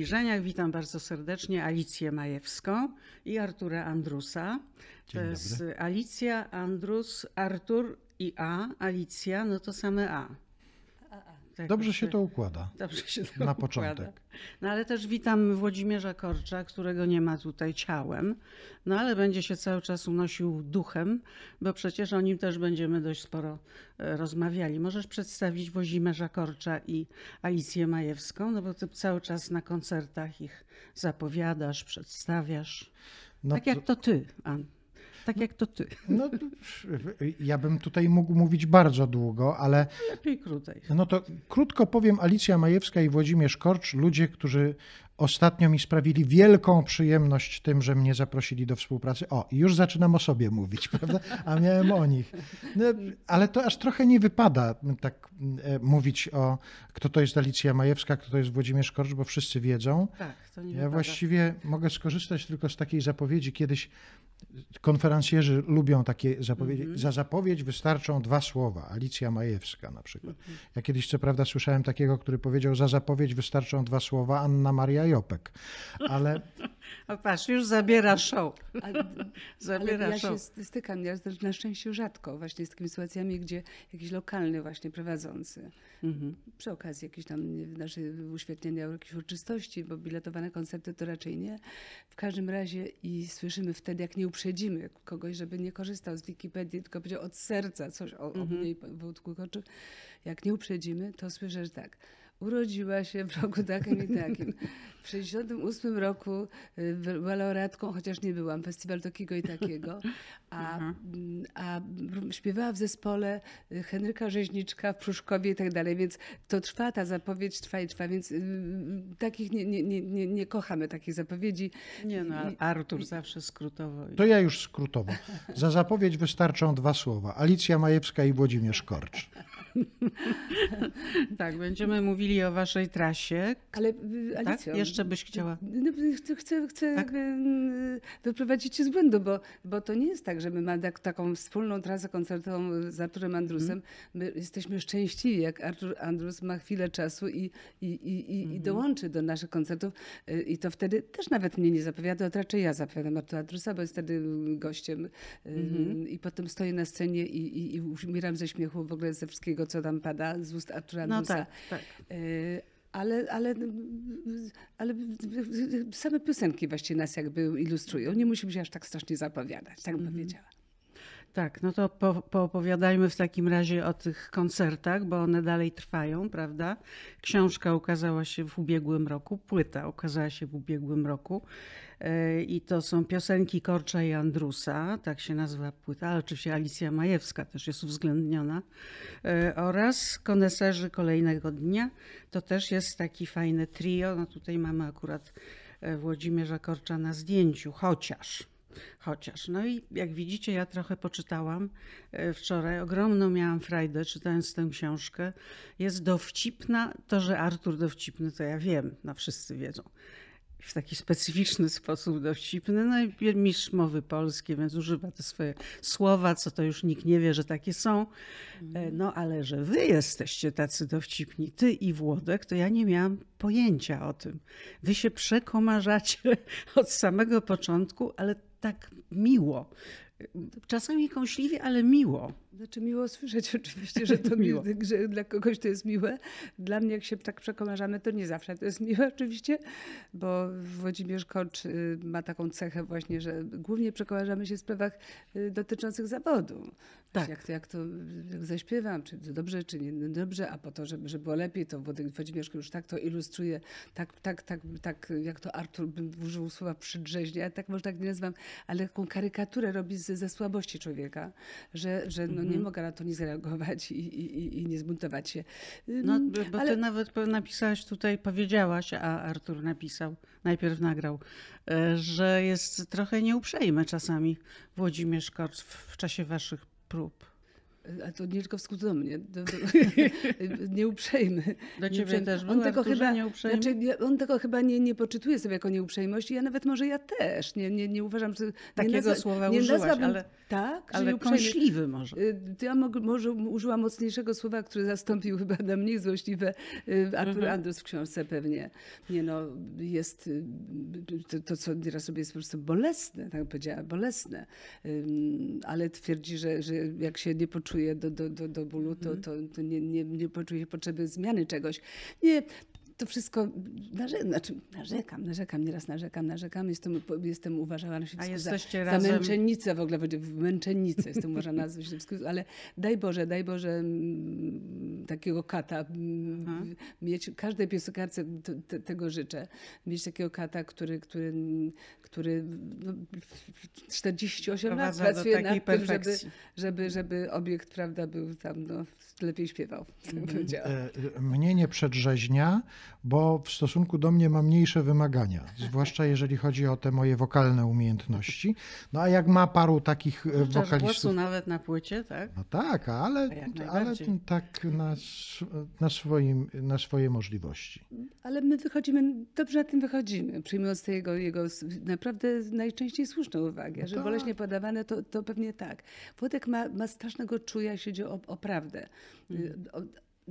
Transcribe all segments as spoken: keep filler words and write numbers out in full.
zbliżeniach witam bardzo serdecznie Alicję Majewską i Artura Andrusa. To Dzień jest dobry. Alicja, Andrus, Artur i A. Alicja, no to same A. Tak Dobrze już się to układa. Dobrze się to Na układa. początek. No ale też witam Włodzimierza Korcza, którego nie ma tutaj ciałem, no ale będzie się cały czas unosił duchem, bo przecież o nim też będziemy dość sporo e, rozmawiali. Możesz przedstawić Włodzimierza Korcza i Alicję Majewską, no bo ty cały czas na koncertach ich zapowiadasz, przedstawiasz. No Tak jak to ty, An. Tak jak to ty. No, ja bym tutaj mógł mówić bardzo długo, ale Lepiej krócej. no to krótko powiem, Alicja Majewska i Włodzimierz Korcz, ludzie, którzy ostatnio mi sprawili wielką przyjemność tym, że mnie zaprosili do współpracy. O, i już zaczynam o sobie mówić, prawda? A miałem o nich. No, ale to aż trochę nie wypada tak e, mówić o, kto to jest Alicja Majewska, kto to jest Włodzimierz Korcz, bo wszyscy wiedzą. Tak, to nie Ja wypada. właściwie mogę skorzystać tylko z takiej zapowiedzi. Kiedyś konferencjerzy lubią takie zapowiedzi. Mhm. Za zapowiedź wystarczą dwa słowa. Alicja Majewska na przykład. Ja kiedyś co prawda słyszałem takiego, który powiedział, za zapowiedź wystarczą dwa słowa, Anna Maria Jopek. Ale A patrz, już zabiera show. Ale, Zabiera ale ja show. się stykam ja na szczęście rzadko właśnie z takimi sytuacjami, gdzie jakiś lokalny właśnie prowadzący Mhm. przy okazji jakieś tam nie, nasze uświetnienia jakiejś uroczystości, bo biletowane koncerty to raczej nie. W każdym razie i słyszymy wtedy, jak nie uprzedzimy kogoś, żeby nie korzystał z Wikipedii, tylko powiedział od serca coś o, o mnie i Włodku Korczu. Jak nie uprzedzimy, to słyszę, że tak. Urodziła się w roku takim i takim. W sześćdziesiątym ósmym roku y, była laureatką, chociaż nie byłam, festiwal takiego i takiego, a, mm, a śpiewała w zespole y, Henryka Rzeźniczka w Pruszkowie i tak dalej, więc to trwa, ta zapowiedź trwa i trwa, więc y, y, takich nie, nie, nie, nie, nie kochamy takich zapowiedzi. Nie no, I- Artur zawsze skrótowo. to ja już skrótowo. Za zapowiedź wystarczą dwa słowa. Alicja Majewska i Włodzimierz Korcz. Tak, będziemy mówili o waszej trasie. Ale y, Tak? Alicjo, Jeszcze byś chciała. No, chcę, chcę, chcę Tak? jakby, mm, wyprowadzić cię z błędu, bo, bo to nie jest tak, że my mamy tak, taką wspólną trasę koncertową z Arturem Andrusem. My jesteśmy szczęśliwi, jak Artur Andrus ma chwilę czasu i, i, i, i, i dołączy do naszych koncertów. Y, I to wtedy też nawet mnie nie zapowiada, to raczej ja zapowiadam Artura Andrusa, bo jest wtedy gościem. Y, I potem stoję na scenie i, i, i umieram ze śmiechu w ogóle ze wszystkiego, co tam pada z ust Artura No Andrusa. tak, tak. Y, Ale, ale, ale same piosenki właściwie nas jakby ilustrują. Nie musimy się aż tak strasznie zapowiadać, tak bym powiedziała. Tak, no to po, poopowiadajmy w takim razie o tych koncertach, bo one dalej trwają, prawda? Książka ukazała się w ubiegłym roku, płyta ukazała się w ubiegłym roku e, i to są piosenki Korcza i Andrusa, tak się nazywa płyta, ale oczywiście Alicja Majewska też jest uwzględniona e, oraz Koneserzy kolejnego dnia, to też jest taki fajny trio, no tutaj mamy akurat e, Włodzimierza Korcza na zdjęciu, chociaż. Chociaż, no i jak widzicie, ja trochę poczytałam e, wczoraj, ogromną miałam frajdę czytając tę książkę. Jest dowcipna, to, że Artur dowcipny, to ja wiem, no wszyscy wiedzą. W taki specyficzny sposób dowcipny, no i mistrz mowy polskiej, więc używa te swoje słowa, co to już nikt nie wie, że takie są. E, No ale że wy jesteście tacy dowcipni, ty i Włodek, to ja nie miałam pojęcia o tym. Wy się przekomarzacie od samego początku, ale tak miło. Czasami kąśliwie, ale miło. Znaczy miło słyszeć oczywiście, że to Miło. miło. Że dla kogoś to jest miłe. Dla mnie jak się tak przekomarzamy, to nie zawsze to jest miłe oczywiście, bo Włodzimierz Korcz y, ma taką cechę właśnie, że głównie przekomarzamy się w sprawach y, dotyczących zawodu. Tak. Jak to, jak to jak zaśpiewam, czy to dobrze, czy nie dobrze, a po to, żeby, żeby było lepiej, to Włodek- Włodzimierz już tak to ilustruje, tak, tak, tak, tak jak to Artur bym użył słowa przydrzeźnia, tak może tak nie nazywam, ale taką karykaturę robi ze, ze słabości człowieka, że, że no, nie mogę na to nie zareagować i, i, i- i nie zbuntować się. No, Ym, bo ale ty nawet po- napisałaś tutaj, powiedziałaś, a Artur napisał, najpierw nagrał, e, że jest trochę nieuprzejmy czasami Włodzimierz Korcz w, w czasie waszych prób. A to nie tylko w skutku do mnie. Do, do, nieuprzejmy. Do ciebie Nieuprzejmy. też był, On tego Arturze, chyba, nieuprzejmy? znaczy, ja- on tego chyba nie, nie poczytuje sobie jako nieuprzejmość. Ja nawet może ja też. Nie, nie, nie uważam, że... Takiego nie słowa nie użyłaś, nazwałabym- ale- Tak, że Ale nieuprzejmy. kąśliwy może. Y, to Ja mog, może użyłam mocniejszego słowa, które zastąpił chyba na mniej złośliwe y, Artur Mhm. Andrus w książce pewnie. Nie no, jest y, to, to co nieraz sobie jest po prostu bolesne, tak bym powiedziała, bolesne. Ym, Ale twierdzi, że, że jak się nie poczuje do, do, do, do bólu, to, to, to nie, nie, nie poczuje potrzeby zmiany czegoś. Nie, to wszystko, narze, znaczy narzekam, narzekam, nieraz narzekam, narzekam. Jestem, jestem uważana na A za, jesteście za razem... męczennicę w ogóle, w męczennicę jestem uważana za Wojciechowskiego, ale daj Boże, daj Boże mm, takiego kata mm, Aha. mieć, każdej piosenkarce t- te- tego życzę, mieć takiego kata, który, który, który no, czterdzieści osiem lat Prowadza do pracuje takiej nad tym, żeby, perfekcji. żeby, żeby obiekt, prawda, był tam, no, lepiej śpiewał, tak bym powiedziała. E, Mnie nie przedrzeźnia, bo w stosunku do mnie ma mniejsze wymagania, zwłaszcza jeżeli chodzi o te moje wokalne umiejętności. No a jak ma paru takich e, Chociaż wokalistów... głosu nawet na płycie, tak? No tak, ale, A jak ale najbardziej. tak na, s- na, swoim, na swoje możliwości. Ale my wychodzimy, dobrze na tym wychodzimy, przyjmując te jego, jego s- naprawdę najczęściej słuszną uwagę, No że tak. boleśnie podawane, to, to pewnie tak. Włodek ma, ma strasznego czuja, jeśli chodzi o, o prawdę. Y, O,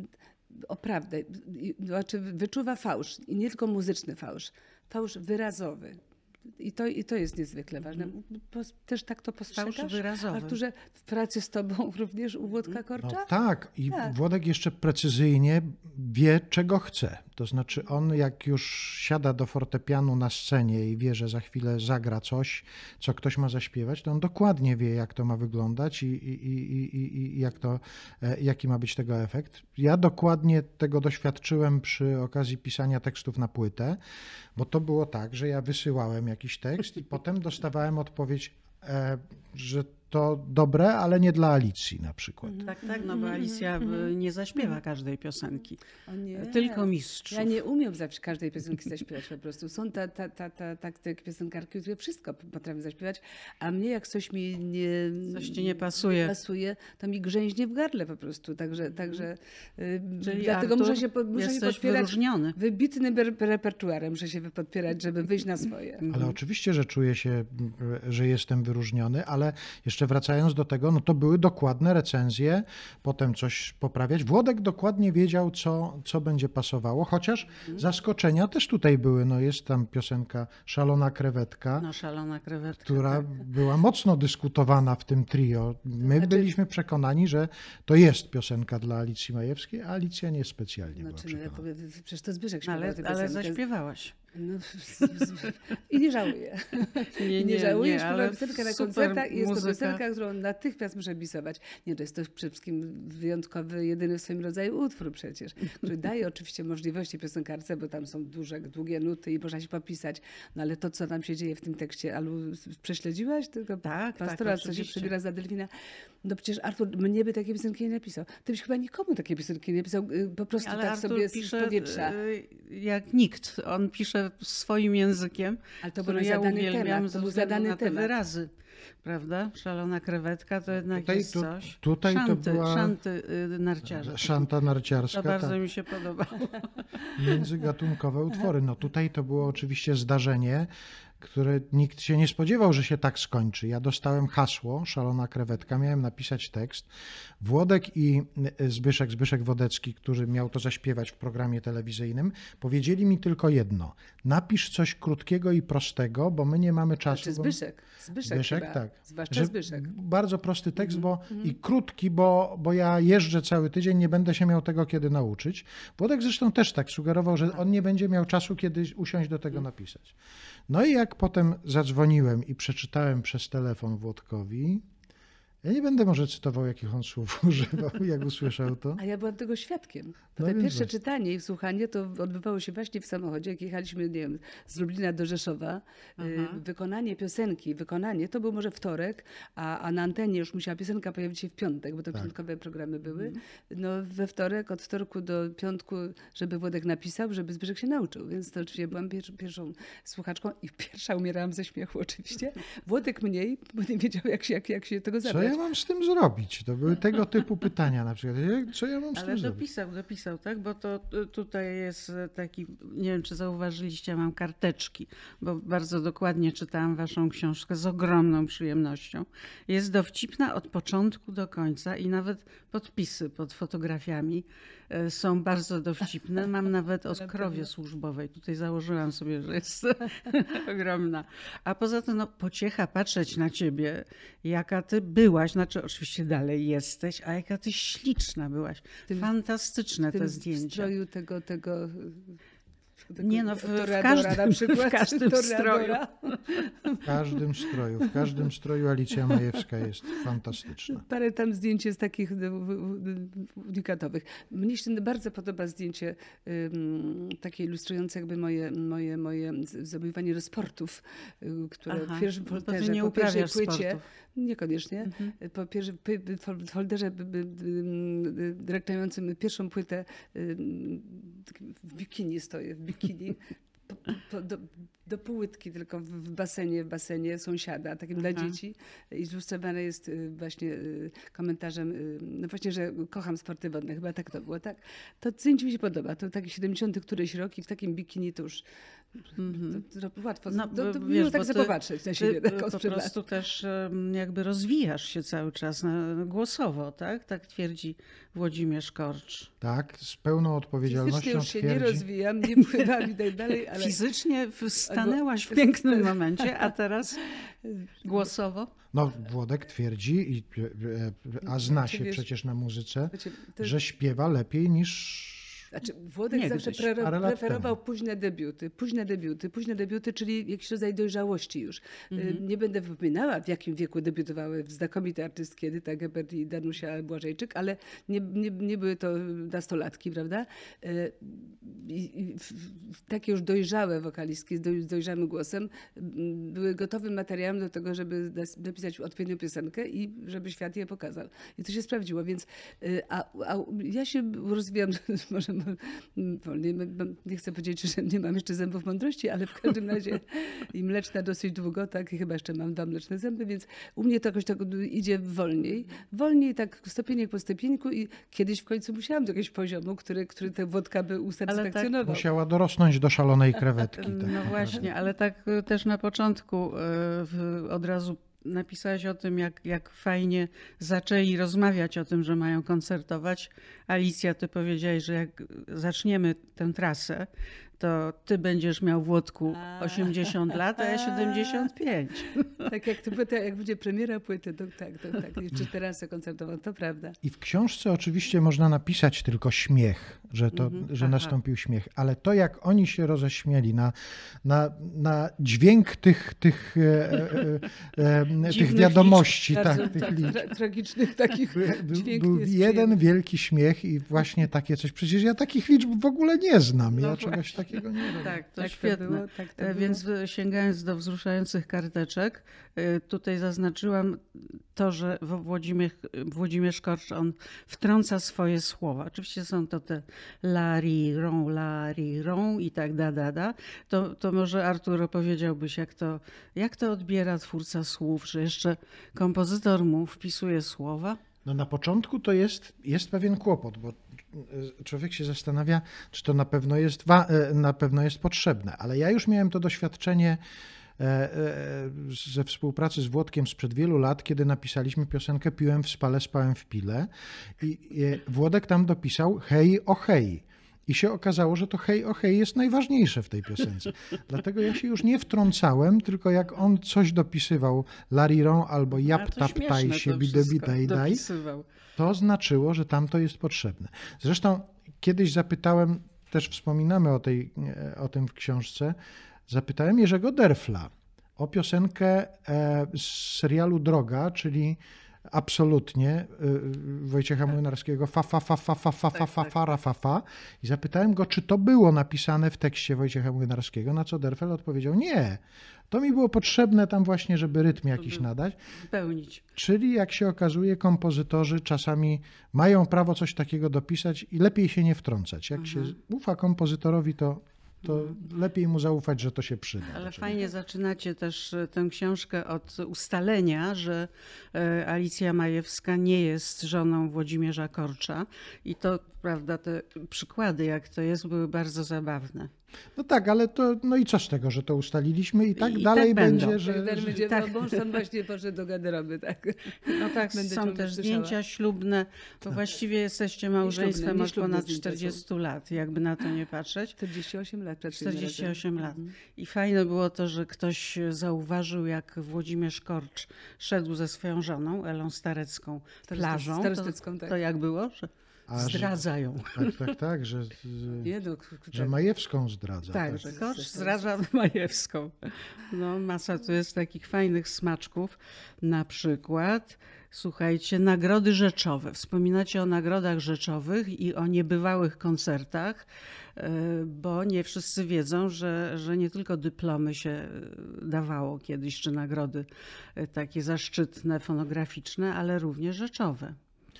o prawdę. I- Znaczy wyczuwa fałsz i nie tylko muzyczny fałsz, fałsz wyrazowy. I to, I to jest niezwykle ważne. Po- Też tak to postrzegasz? wyrazowy. Arturze, w pracy z tobą również u Włodka Korcza? No tak, i Tak. Włodek jeszcze precyzyjnie wie, czego chce. To znaczy on jak już siada do fortepianu na scenie i wie, że za chwilę zagra coś, co ktoś ma zaśpiewać, to on dokładnie wie, jak to ma wyglądać i, i, i, i, i jak to, e, jaki ma być tego efekt. Ja dokładnie tego doświadczyłem przy okazji pisania tekstów na płytę, bo to było tak, że ja wysyłałem jakiś tekst i potem dostawałem odpowiedź, e, że to dobre, ale nie dla Alicji na przykład. Tak, tak, no bo Alicja y, nie zaśpiewa każdej piosenki. O nie. Tylko mistrzów. Ja nie umiem zawsze każdej piosenki zaśpiewać po prostu. Są ta, ta, ta, ta, ta, te piosenkarki, które wszystko potrafią zaśpiewać, a mnie jak coś mi nie, Coś ci nie pasuje. pasuje, to mi grzęźnie w gardle po prostu. Także, także y, Czyli dlatego Artur, muszę się, po- muszę się jesteś podpierać wyróżniony. wybitnym ber- repertuarem, muszę się podpierać, żeby wyjść na swoje. Ale oczywiście, że czuję się, że jestem wyróżniony, ale jeszcze wracając do tego, no to były dokładne recenzje, potem coś poprawiać. Włodek dokładnie wiedział, co, co będzie pasowało, chociaż zaskoczenia też tutaj były. No jest tam piosenka Szalona krewetka, No szalona krewetka. która tak. była mocno dyskutowana w tym trio. My Znaczy- byliśmy przekonani, że to jest piosenka dla Alicji Majewskiej, a Alicja nie specjalnie była Znaczy, no, przekonana. przecież to Zbyszek śpiewał Ale, tę ale piosenkę. zaśpiewałaś. No, I nie żałuję. Nie, I nie żałuję, nie, śpiewam ale piosenkę na super koncertach i jest to muzyka. piosenka, którą natychmiast muszę bisować. Nie, to jest to przede wszystkim wyjątkowy, jedyny w swoim rodzaju utwór przecież, który daje oczywiście możliwości piosenkarce, bo tam są duże, długie nuty i można się popisać, no ale to, co tam się dzieje w tym tekście, Alu, prześledziłaś tego Tak, tak, pastora, co się oczywiście. przebiera za delfina? No przecież Artur mnie by takiej piosenki nie napisał. Ty byś chyba nikomu takiej piosenki nie napisał, y, po prostu Ale tak Artur sobie z pisze powietrza. y, jak nikt. On pisze swoim językiem, Ale to który był ja zadany uwielbiam temat, ze to był względu zadany na te temat. wyrazy. Prawda? Szalona krewetka to jednak Tutaj jest to- coś. tutaj to szanty, była- szanty y, narciarza. Szanta narciarska. To bardzo tak. mi się podobało. Międzygatunkowe utwory. No tutaj to było oczywiście zdarzenie, które nikt się nie spodziewał, że się tak skończy. Ja dostałem hasło, Szalona krewetka, miałem napisać tekst. Włodek i Zbyszek, Zbyszek Wodecki, który miał to zaśpiewać w programie telewizyjnym, powiedzieli mi tylko jedno. Napisz coś krótkiego i prostego, bo my nie mamy czasu. Znaczy bo- Zbyszek, Zbyszek, Zbyszek, chyba. tak. Zwłaszcza Że Zbyszek. Bardzo prosty tekst bo, i krótki, bo, bo ja jeżdżę cały tydzień, nie będę się miał tego kiedy nauczyć. Włodek zresztą też tak sugerował, że on nie będzie miał czasu kiedy usiąść do tego napisać. No i jak potem zadzwoniłem i przeczytałem przez telefon Włodkowi, ja nie będę może cytował, jakich on słów używał, jak usłyszał to. A ja byłam tego świadkiem. Bo No te więc pierwsze właśnie. czytanie i słuchanie to odbywało się właśnie w samochodzie, jak jechaliśmy, nie wiem, z Lublina do Rzeszowa. Y, Aha. Wykonanie piosenki, wykonanie, to był może wtorek, a, a na antenie już musiała piosenka pojawić się w piątek, bo to Tak. piątkowe programy były. No we wtorek, od wtorku do piątku, żeby Włodek napisał, żeby Zbyszek się nauczył. Więc to oczywiście byłam pier- pierwszą słuchaczką i pierwsza umierałam ze śmiechu oczywiście. Włodek mniej, bo nie wiedział jak się, jak, jak się tego Co zabrać. ja mam z tym zrobić? To były tego typu pytania na przykład. Co ja mam z Ale tym zrobić? dopisał, dopisał, tak? Bo to y, tutaj jest taki, nie wiem czy zauważyliście, mam karteczki, bo bardzo dokładnie czytałam waszą książkę z ogromną przyjemnością. Jest dowcipna od początku do końca i nawet podpisy pod fotografiami y, są bardzo dowcipne. Mam nawet o krowie służbowej. Tutaj założyłam sobie, że jest ogromna. A poza tym no, pociecha patrzeć na ciebie, jaka ty byłaś, znaczy oczywiście dalej jesteś, a jaka ty śliczna byłaś. Tym- Fantastyczne W tym te zdjęcia. stroju tego, tego, tego Nie no, w- w toreadora każdym- na przykład. w każdym toreadora. W każdym stroju, w każdym stroju Alicja Majewska jest fantastyczna. Parę tam zdjęć jest takich no, w- w- unikatowych. Mnie się bardzo podoba zdjęcie ym, takie ilustrujące jakby moje, moje, moje z- zdobywanie rozportów, y, które Aha, w pierwszym no bo ty folderze, nie po pierwszej uprawiasz płycie, sportów. niekoniecznie, Mhm. po pierwszym py- py- fol- folderze by- by- by- y, reklamującym pierwszą płytę y, w bikini stoję, w bikini. Po, po, do, do półłytki tylko w, w basenie, w basenie sąsiada, takim dla Aha. dzieci. Ilustrowane jest y, właśnie y, komentarzem, y, no właśnie, że kocham sporty wodne, chyba tak to było, tak? To zdjęcie mi się podoba, to taki siedemdziesiąty któryś rok i w takim bikini to już Mhm. to, to łatwo, No, to, to bo miło wiesz, tak bo sobie ty- popatrzeć na Ty siebie. tak po sprzed lat. prostu też em, jakby rozwijasz się cały czas na, głosowo, tak? Tak twierdzi Włodzimierz Korcz. Tak, z pełną odpowiedzialnością Fizycznie już się nie twierdzi. rozwijam, nie pływam i tak dalej, ale Fizycznie w- stanęłaś w pięknym momencie, a teraz głosowo? No, Włodek twierdzi, i, e, a zna Czy się wiesz- przecież na muzyce, wiecie, to- że śpiewa lepiej niż... Znaczy, Włodek Niegdyś, zawsze pre- parę lat preferował temu. późne debiuty, późne debiuty, późne debiuty, czyli jakiś rodzaj dojrzałości już. Y, Mhm. Nie będę wypominała, w jakim wieku debiutowały znakomite artystki Edyta Gebert i Danusia Błażejczyk, ale nie, nie, nie były to nastolatki, prawda? Y, I, i w- w- takie już dojrzałe wokalistki z doj- z dojrzałym głosem mm, były gotowym materiałem do tego, żeby nas- napisać odpowiednią piosenkę i żeby świat je pokazał. I to się sprawdziło, więc y, a, a ja się rozwijam może wolniej, nie chcę powiedzieć, że nie mam jeszcze zębów mądrości, ale w każdym razie i mleczna dosyć długo, tak, i chyba jeszcze mam dwa mleczne zęby, więc u mnie to jakoś tak idzie wolniej. Wolniej, tak stopniek po stopieńku i kiedyś w końcu musiałam do jakiegoś poziomu, który, który tę wodka by usatysfakcjonował. Musiała dorosnąć do szalonej krewetki. Tak No naprawdę. właśnie, ale tak y, też na początku y, w, od razu napisałaś o tym, jak, jak fajnie zaczęli rozmawiać o tym, że mają koncertować. Alicja, ty powiedziałaś, że jak zaczniemy tę trasę, to ty będziesz miał w Łódku A. osiemdziesiąt lat, a ja siedemdziesiąt pięć. Tak jak, to, to jak będzie premiera płyty, to tak, to tak. Jeszcze teraz koncertową, to prawda. I w książce oczywiście można napisać tylko śmiech, że, to, Mhm. że Aha. nastąpił śmiech, ale to jak oni się roześmieli na, na, na dźwięk tych, tych, e, e, e, tych Dziwnych wiadomości, Bardzo tak, tych tak, liczb. tra- tragicznych takich Był, dźwięków był jest jeden przyjemny. wielki śmiech i właśnie takie coś. Przecież ja takich liczb w ogóle nie znam. Ja No czegoś takiego nie robię. Tak, to Tak to świetne. było, tak to E, było. Więc e, sięgając do wzruszających karteczek, e, tutaj zaznaczyłam to, że Wo- Włodzimierz, Włodzimierz Korcz, on wtrąca swoje słowa. Oczywiście są to te la, ri, ron, la, ri, ron i tak da, da, da. To, to może Artur opowiedziałbyś, jak to, jak to odbiera twórca słów, że jeszcze kompozytor mu wpisuje słowa? No na początku to jest, jest pewien kłopot, bo e, człowiek się zastanawia, czy to na pewno jest, wa- e, na pewno jest potrzebne. Ale ja już miałem to doświadczenie e, e, ze współpracy z Włodkiem sprzed wielu lat, kiedy napisaliśmy piosenkę Piłem w spale, spałem w pile i e, Włodek tam dopisał hej o hej. I się okazało, że to hej o hej jest najważniejsze w tej piosence. Dlatego ja się już nie wtrącałem, tylko jak on coś dopisywał lariron albo A jap to tap śmieszne taj to się wszystko bidebi daj daj, dopisywał. to znaczyło, że tam to jest potrzebne. Zresztą kiedyś zapytałem, też wspominamy o, tej, e, o tym w książce, zapytałem Jerzego Derfla o piosenkę e, z serialu Droga, czyli absolutnie y, Wojciecha Młynarskiego fa fa fa fa fa fa fa fa fa ra, fa fa i zapytałem go, czy to było napisane w tekście Wojciecha Młynarskiego, na co Derfel odpowiedział nie. To mi było potrzebne tam właśnie, żeby rytm jakiś nadać. Pełnić. Czyli jak się okazuje, kompozytorzy czasami mają prawo coś takiego dopisać i lepiej się nie wtrącać. Jak się ufa kompozytorowi, to to lepiej mu zaufać, że to się przyda. Ale do czegoś. fajnie zaczynacie też e, tę książkę od ustalenia, że e, Alicja Majewska nie jest żoną Włodzimierza Korcza. I to, prawda, te przykłady, jak to jest, były bardzo zabawne. No tak, ale to, no i co z tego, że to ustaliliśmy i tak I dalej tak będą. będzie, że... Ten że... będzie, tak. bo mąż tam właśnie poszedł do garderoby, tak. No tak, Będę są ciągle też słyszała. zdjęcia ślubne, bo właściwie jesteście małżeństwem nie od ślubne ponad zdjęcia są. czterdziestu lat, jakby na to nie patrzeć. czterdzieści osiem lat. pracujemy czterdzieści razem. osiem lat. Mhm. I fajne było to, że ktoś zauważył, jak Włodzimierz Korcz szedł ze swoją żoną, Elą Starecką, plażą. Starostycką, to, tak. to jak było? Że A, że- zdradzają. Tak, tak, tak, że, Nie, no, k- k- że Majewską zdradza. Tak, że Korcz zdradza Majewską. No, masa tu jest takich fajnych smaczków. Na przykład, słuchajcie, nagrody rzeczowe. Wspominacie o nagrodach rzeczowych i o niebywałych koncertach, e, bo nie wszyscy wiedzą, że, że nie tylko dyplomy się e, dawało kiedyś, czy nagrody e, takie zaszczytne, fonograficzne, ale również rzeczowe.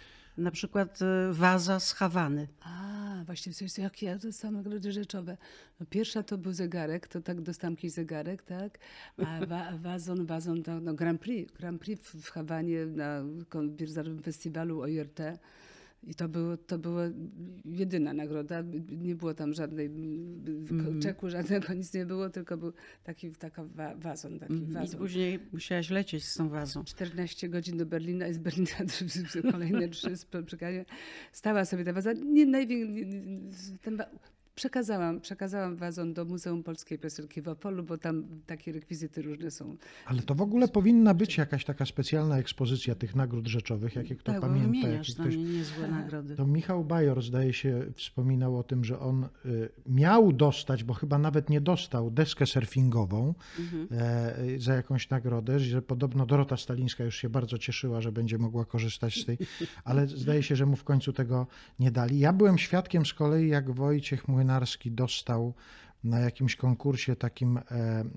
Na przykład e, waza z Hawany. A, właśnie, coś, jak ja dostałam nagrody rzeczowe. No, pierwsza to był zegarek, to tak dostałam jakiś zegarek, tak? A wa, wazon, wazon to no, Grand Prix. Grand Prix w, w Hawanie na kon- Międzynarodowym Festiwalu O I R T. I to, było, to była jedyna nagroda. Nie było tam żadnej mm. czeku, żadnego, nic nie było, tylko był taki taka wa, wazon. Taki I wazon. później musiałaś lecieć z tą wazą. czternaście godzin do Berlina i z Berlina kolejne trzy spotkania. Stała sobie ta waza. Nie, najwięcej, ten, wa- przekazałam, przekazałam wazon do Muzeum Polskiej Piosenki w Opolu, bo tam takie rekwizyty różne są. Ale to w ogóle powinna być jakaś taka specjalna ekspozycja tych nagród rzeczowych, jakie kto Tak, bo pamięta. wymieniasz jak tam ktoś... nie- niezłe nagrody. To Michał Bajor, zdaje się, wspominał o tym, że on y, miał dostać, bo chyba nawet nie dostał, deskę surfingową Mhm. e, za jakąś nagrodę, że podobno Dorota Stalińska już się bardzo cieszyła, że będzie mogła korzystać z tej, ale zdaje się, że mu w końcu tego nie dali. Ja byłem świadkiem z kolei, jak Wojciech Młynarski dostał na jakimś konkursie takim e,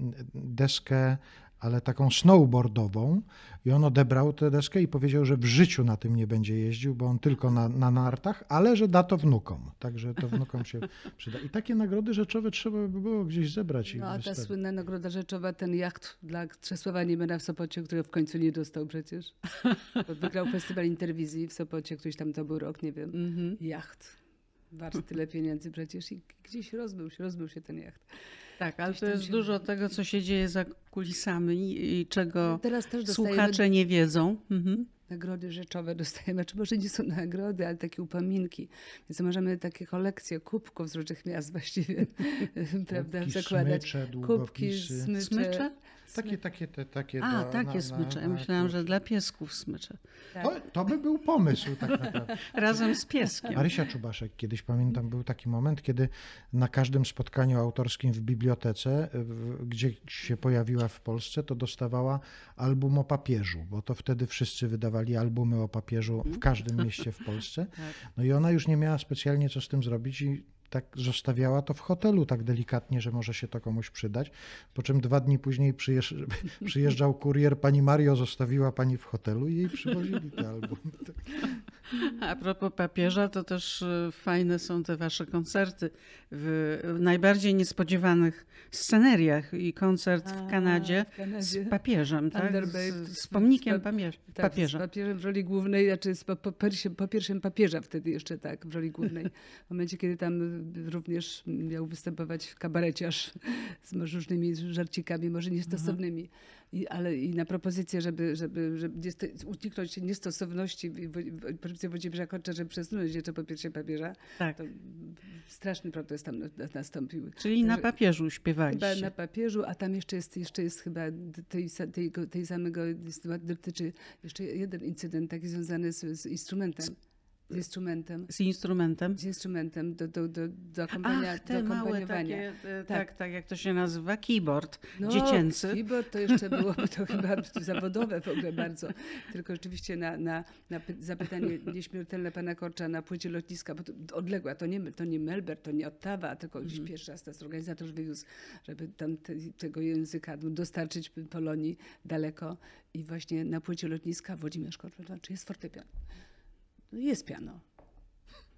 deskę, ale taką snowboardową i on odebrał tę deskę i powiedział, że w życiu na tym nie będzie jeździł, bo on tylko na, na nartach, ale że da to wnukom. Także to wnukom się przyda. I takie nagrody rzeczowe trzeba by było gdzieś zebrać i No a ta wystawić. słynna nagroda rzeczowa, ten jacht dla Czesława Niemena w Sopocie, którego w końcu nie dostał przecież. Bo wygrał festiwal Interwizji w Sopocie, któryś tam to był rok, nie wiem. Mhm. Jacht. Wart tyle pieniędzy przecież i gdzieś rozbył się, rozbył się ten jacht. Tak, ale Gdzieś to tam jest się- dużo tego, co się dzieje za kulisami i czego Teraz też dostajemy słuchacze nie wiedzą. Mhm. nagrody rzeczowe, dostajemy, czy może nie są nagrody, ale takie upominki. Więc możemy takie kolekcje kubków z różnych miast właściwie, prawda, Kubki, zakładać. smycze, Kubki, długopisy. smycze. Smycze? Takie, takie, te, takie. A, do- takie na- smycze. Ja na- myślałam, na- że dla piesków smycze. Tak. To, to by był pomysł tak naprawdę. Razem z pieskiem. Marysia Czubaszek, kiedyś pamiętam, był taki moment, kiedy na każdym spotkaniu autorskim w bibliotece, w- gdzie się pojawiła w Polsce, to dostawała album o papieżu, bo to wtedy wszyscy wydawali albumy o papieżu w każdym mieście w Polsce. Tak. No i ona już nie miała specjalnie co z tym zrobić i tak zostawiała to w hotelu tak delikatnie, że może się to komuś przydać. Po czym dwa dni później przyjeżdż, przyjeżdżał kurier, pani Mario zostawiła pani w hotelu i jej przywozili te albumy. A propos papieża, to też y, fajne są te wasze koncerty w w najbardziej niespodziewanych sceneriach i koncert w A, Kanadzie w Kanadzie. z papieżem, tak? Thunderbird. Z, z pomnikiem Z pa- papież, Tak, papieża. z papieżem w roli głównej, znaczy z po, po, pierwszym, po pierwszym papieża wtedy jeszcze tak, w roli głównej. W momencie, kiedy tam również miał występować kabareciarz z może różnymi żarcikami, może niestosownymi. I, ale i na propozycję, żeby, żeby, żeby nieste, uniknąć niestosowności w- w- w- propozycję Włodzimierza Korcza, żeby przesunąć jeszcze po pierwszym papieża, Tak. to straszny protest tam na- nastąpił. Czyli na Także- papieżu Chyba śpiewaliście. na papieżu, a tam jeszcze jest, jeszcze jest chyba tej, sa- tej, tej samego, dotyczy jeszcze jeden incydent taki związany z, z instrumentem. Z instrumentem. Z instrumentem. Z instrumentem do, do, do, do, akompania, Ach, do te małe akompaniowania. takie, e, Tak. tak, tak, jak to się nazywa, keyboard No, dziecięcy. keyboard to jeszcze byłoby to chyba zawodowe w ogóle bardzo. Tylko rzeczywiście na, na, na py- zapytanie nieśmiertelne pana Korcza na płycie lotniska, bo to odległa, to nie, to nie Melbourne, to nie Ottawa, tylko gdzieś Mhm. pierwszy raz nas organizator wywiózł, żeby tam te, tego języka dostarczyć Polonii daleko. I właśnie na płycie lotniska Włodzimierz Korcz, czy jest fortepian? No jest piano.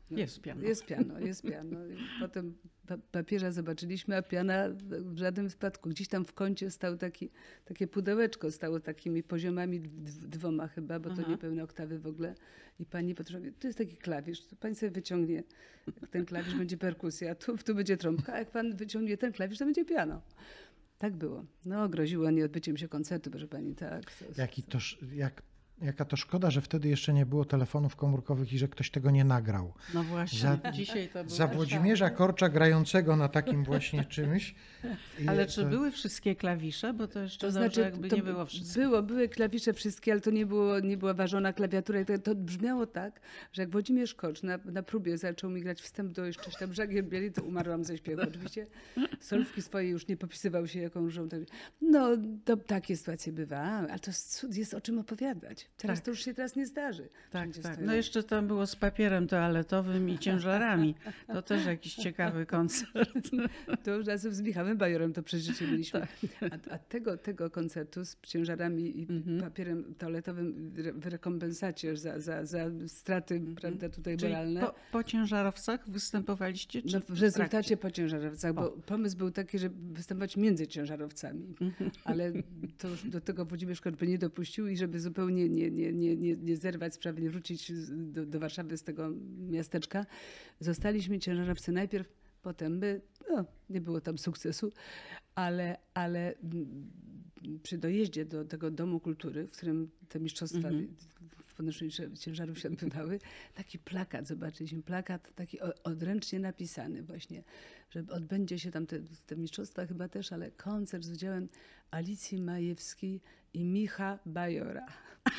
No, Jest piano. Jest piano, jest piano. I potem pa- papieża zobaczyliśmy, a piana w żadnym wypadku. Gdzieś tam w kącie stał taki, takie pudełeczko, stało takimi poziomami dw- dwoma chyba, bo to Aha. niepełne oktawy w ogóle. I pani potrafi, to jest taki klawisz, to pani sobie wyciągnie ten klawisz, będzie perkusja, tu, tu będzie trąbka, a jak pan wyciągnie ten klawisz, to będzie piano. Tak było. No, groziło nieodbyciem się koncertu, proszę pani, tak. To- Jaki to, sz- jak, jaka to szkoda, że wtedy jeszcze nie było telefonów komórkowych i że ktoś tego nie nagrał. No właśnie, Za- dzisiaj to było. Za Włodzimierza Korcza grającego na takim właśnie czymś. I Ale czy to- były wszystkie klawisze? Bo to jeszcze To dobrze, znaczy, jakby to nie było wszystkich. Było, były klawisze wszystkie, ale to nie, było, nie była ważona klawiatura. I To, to brzmiało tak, że jak Włodzimierz Korcz na, na próbie zaczął mi grać wstęp do jeszcze tam Żagiel Bieli, to umarłam ze śpiewu. Oczywiście solówki swoje już nie popisywał się jaką różą. Tak. No, to takie sytuacje bywa, ale to jest, jest o czym opowiadać. Teraz Tak. to już się teraz nie zdarzy. Tak, Wszędzie tak. stoją. No jeszcze tam było z papierem toaletowym i ciężarami. To też jakiś ciekawy koncert. To już razem z Michałem Bajorem to przeżycie mieliśmy. Tak. A, a tego, tego koncertu z ciężarami i Mhm. papierem toaletowym w re- w rekompensacie za, za, za straty prawda, tutaj Mhm. Czyli moralne. po, po ciężarowcach występowaliście? Czy No, w trakcie? rezultacie po ciężarowcach, bo pomysł był taki, żeby występować między ciężarowcami, Mhm. ale to już do tego Włodzimierz Korcz by nie dopuścił i żeby zupełnie nie, nie, nie, nie, nie zerwać sprawy, nie wrócić z- do, do Warszawy z tego miasteczka, zostaliśmy ciężarowcy najpierw, potem my, no nie było tam sukcesu, ale, ale mm, przy dojeździe do tego Domu Kultury, w którym te mistrzostwa Mhm. w podnoszeniu ciężarów się odbywały, taki plakat, zobaczyliśmy, plakat taki o- odręcznie napisany właśnie, że odbędzie się tam te, te mistrzostwa chyba też, ale koncert z udziałem Alicji Majewskiej i Micha Bajora.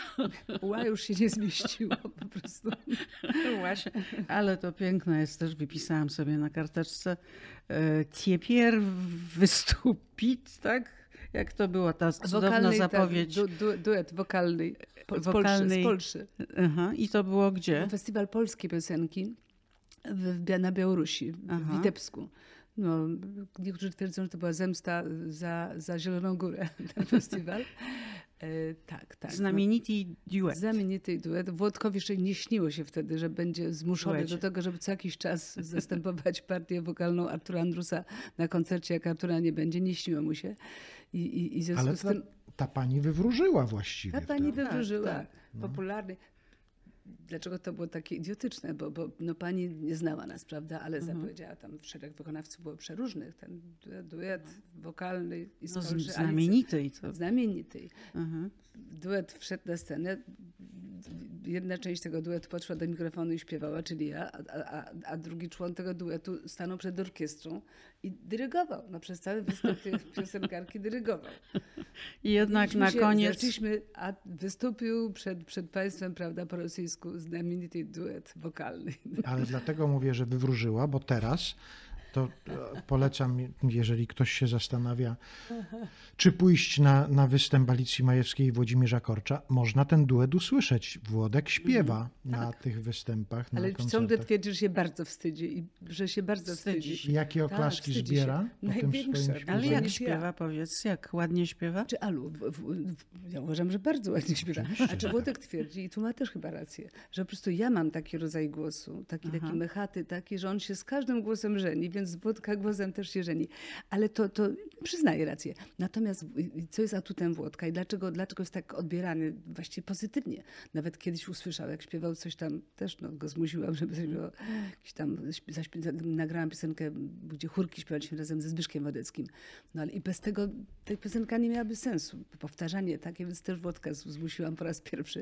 Ła już się nie zmieściło po prostu. No właśnie, ale to piękne jest też, wypisałam sobie na karteczce, e, Tiepier wystupit, tak? Jak to była ta cudowna Wokalnej, zapowiedź? Tak, du, du, duet wokalny po, z, Wokalnej- Polszy, z Polszy. Aha, i to było gdzie? Festiwal Polskiej Piosenki w, w, na Białorusi, w Aha. Witebsku. No, niektórzy twierdzą, że to była zemsta za, za Zieloną Górę, ten festiwal. E, tak, tak. Znamienity No, duet. znamienity duet. Włodkowi jeszcze nie śniło się wtedy, że będzie zmuszony Duecie. do tego, żeby co jakiś czas zastępować partię wokalną Artura Andrusa na koncercie, jak Artura nie będzie. Nie śniło mu się. I, i, i w związku Ale z ta, tym ta pani wywróżyła właściwie. ta pani wtedy. wywróżyła. Tak, Popularny. Dlaczego to było takie idiotyczne? Bo, bo no, pani nie znała nas, prawda? Ale Mhm. zapowiedziała, tam szereg wykonawców było przeróżnych. Ten duet, duet wokalny i z No, z- Polszy, Alicja- znamienity i to. Znamienity. Aha. Duet wszedł na scenę. Jedna część tego duetu podszła do mikrofonu i śpiewała, czyli ja, a, a, a drugi człon tego duetu stanął przed orkiestrą i dyrygował. No, przez cały występ tej piosenkarki dyrygował. I jednak Mieliśmy na się, koniec Zaczęliśmy, a wystąpił przed, przed państwem, prawda, po rosyjsku znamienity duet wokalny. Ale dlatego mówię, że wywróżyła, bo teraz to e, polecam, jeżeli ktoś się zastanawia, czy pójść na, na występ Alicji Majewskiej i Włodzimierza Korcza, można ten duet usłyszeć. Włodek śpiewa na tych występach, na Ale ciągle koncertach. twierdzi, że się bardzo wstydzi i że się bardzo Wstydzi wstydzi. się. I jakie Tak, oklaski wstydzi zbiera się. po tym Największe. swoim Ale Ale śpiewaniu? jak niż ja. śpiewa, powiedz, jak ładnie śpiewa? Czy Alu, w, w, w, ja uważam, że bardzo ładnie śpiewa. A czy Włodek twierdzi, i tu ma też chyba rację, że po prostu ja mam taki rodzaj głosu, taki, Aha. taki mechaty, taki, że on się z każdym głosem żeni, więc z Włodka głosem też się żeni. Ale to, to przyznaję rację. Natomiast w- co jest atutem Włodka i dlaczego, dlaczego jest tak odbierany właściwie pozytywnie? Nawet kiedyś usłyszał, jak śpiewał coś tam, też no, go zmusiłam, żeby zaśpiewał, jakiś tam, zaśpie- zaśpie- nagrałam piosenkę, gdzie chórki śpiewaliśmy razem ze Zbyszkiem Wodeckim. No ale i bez tego ta piosenka nie miałaby sensu. Powtarzanie takie, więc też Włodka z- zmusiłam po raz pierwszy.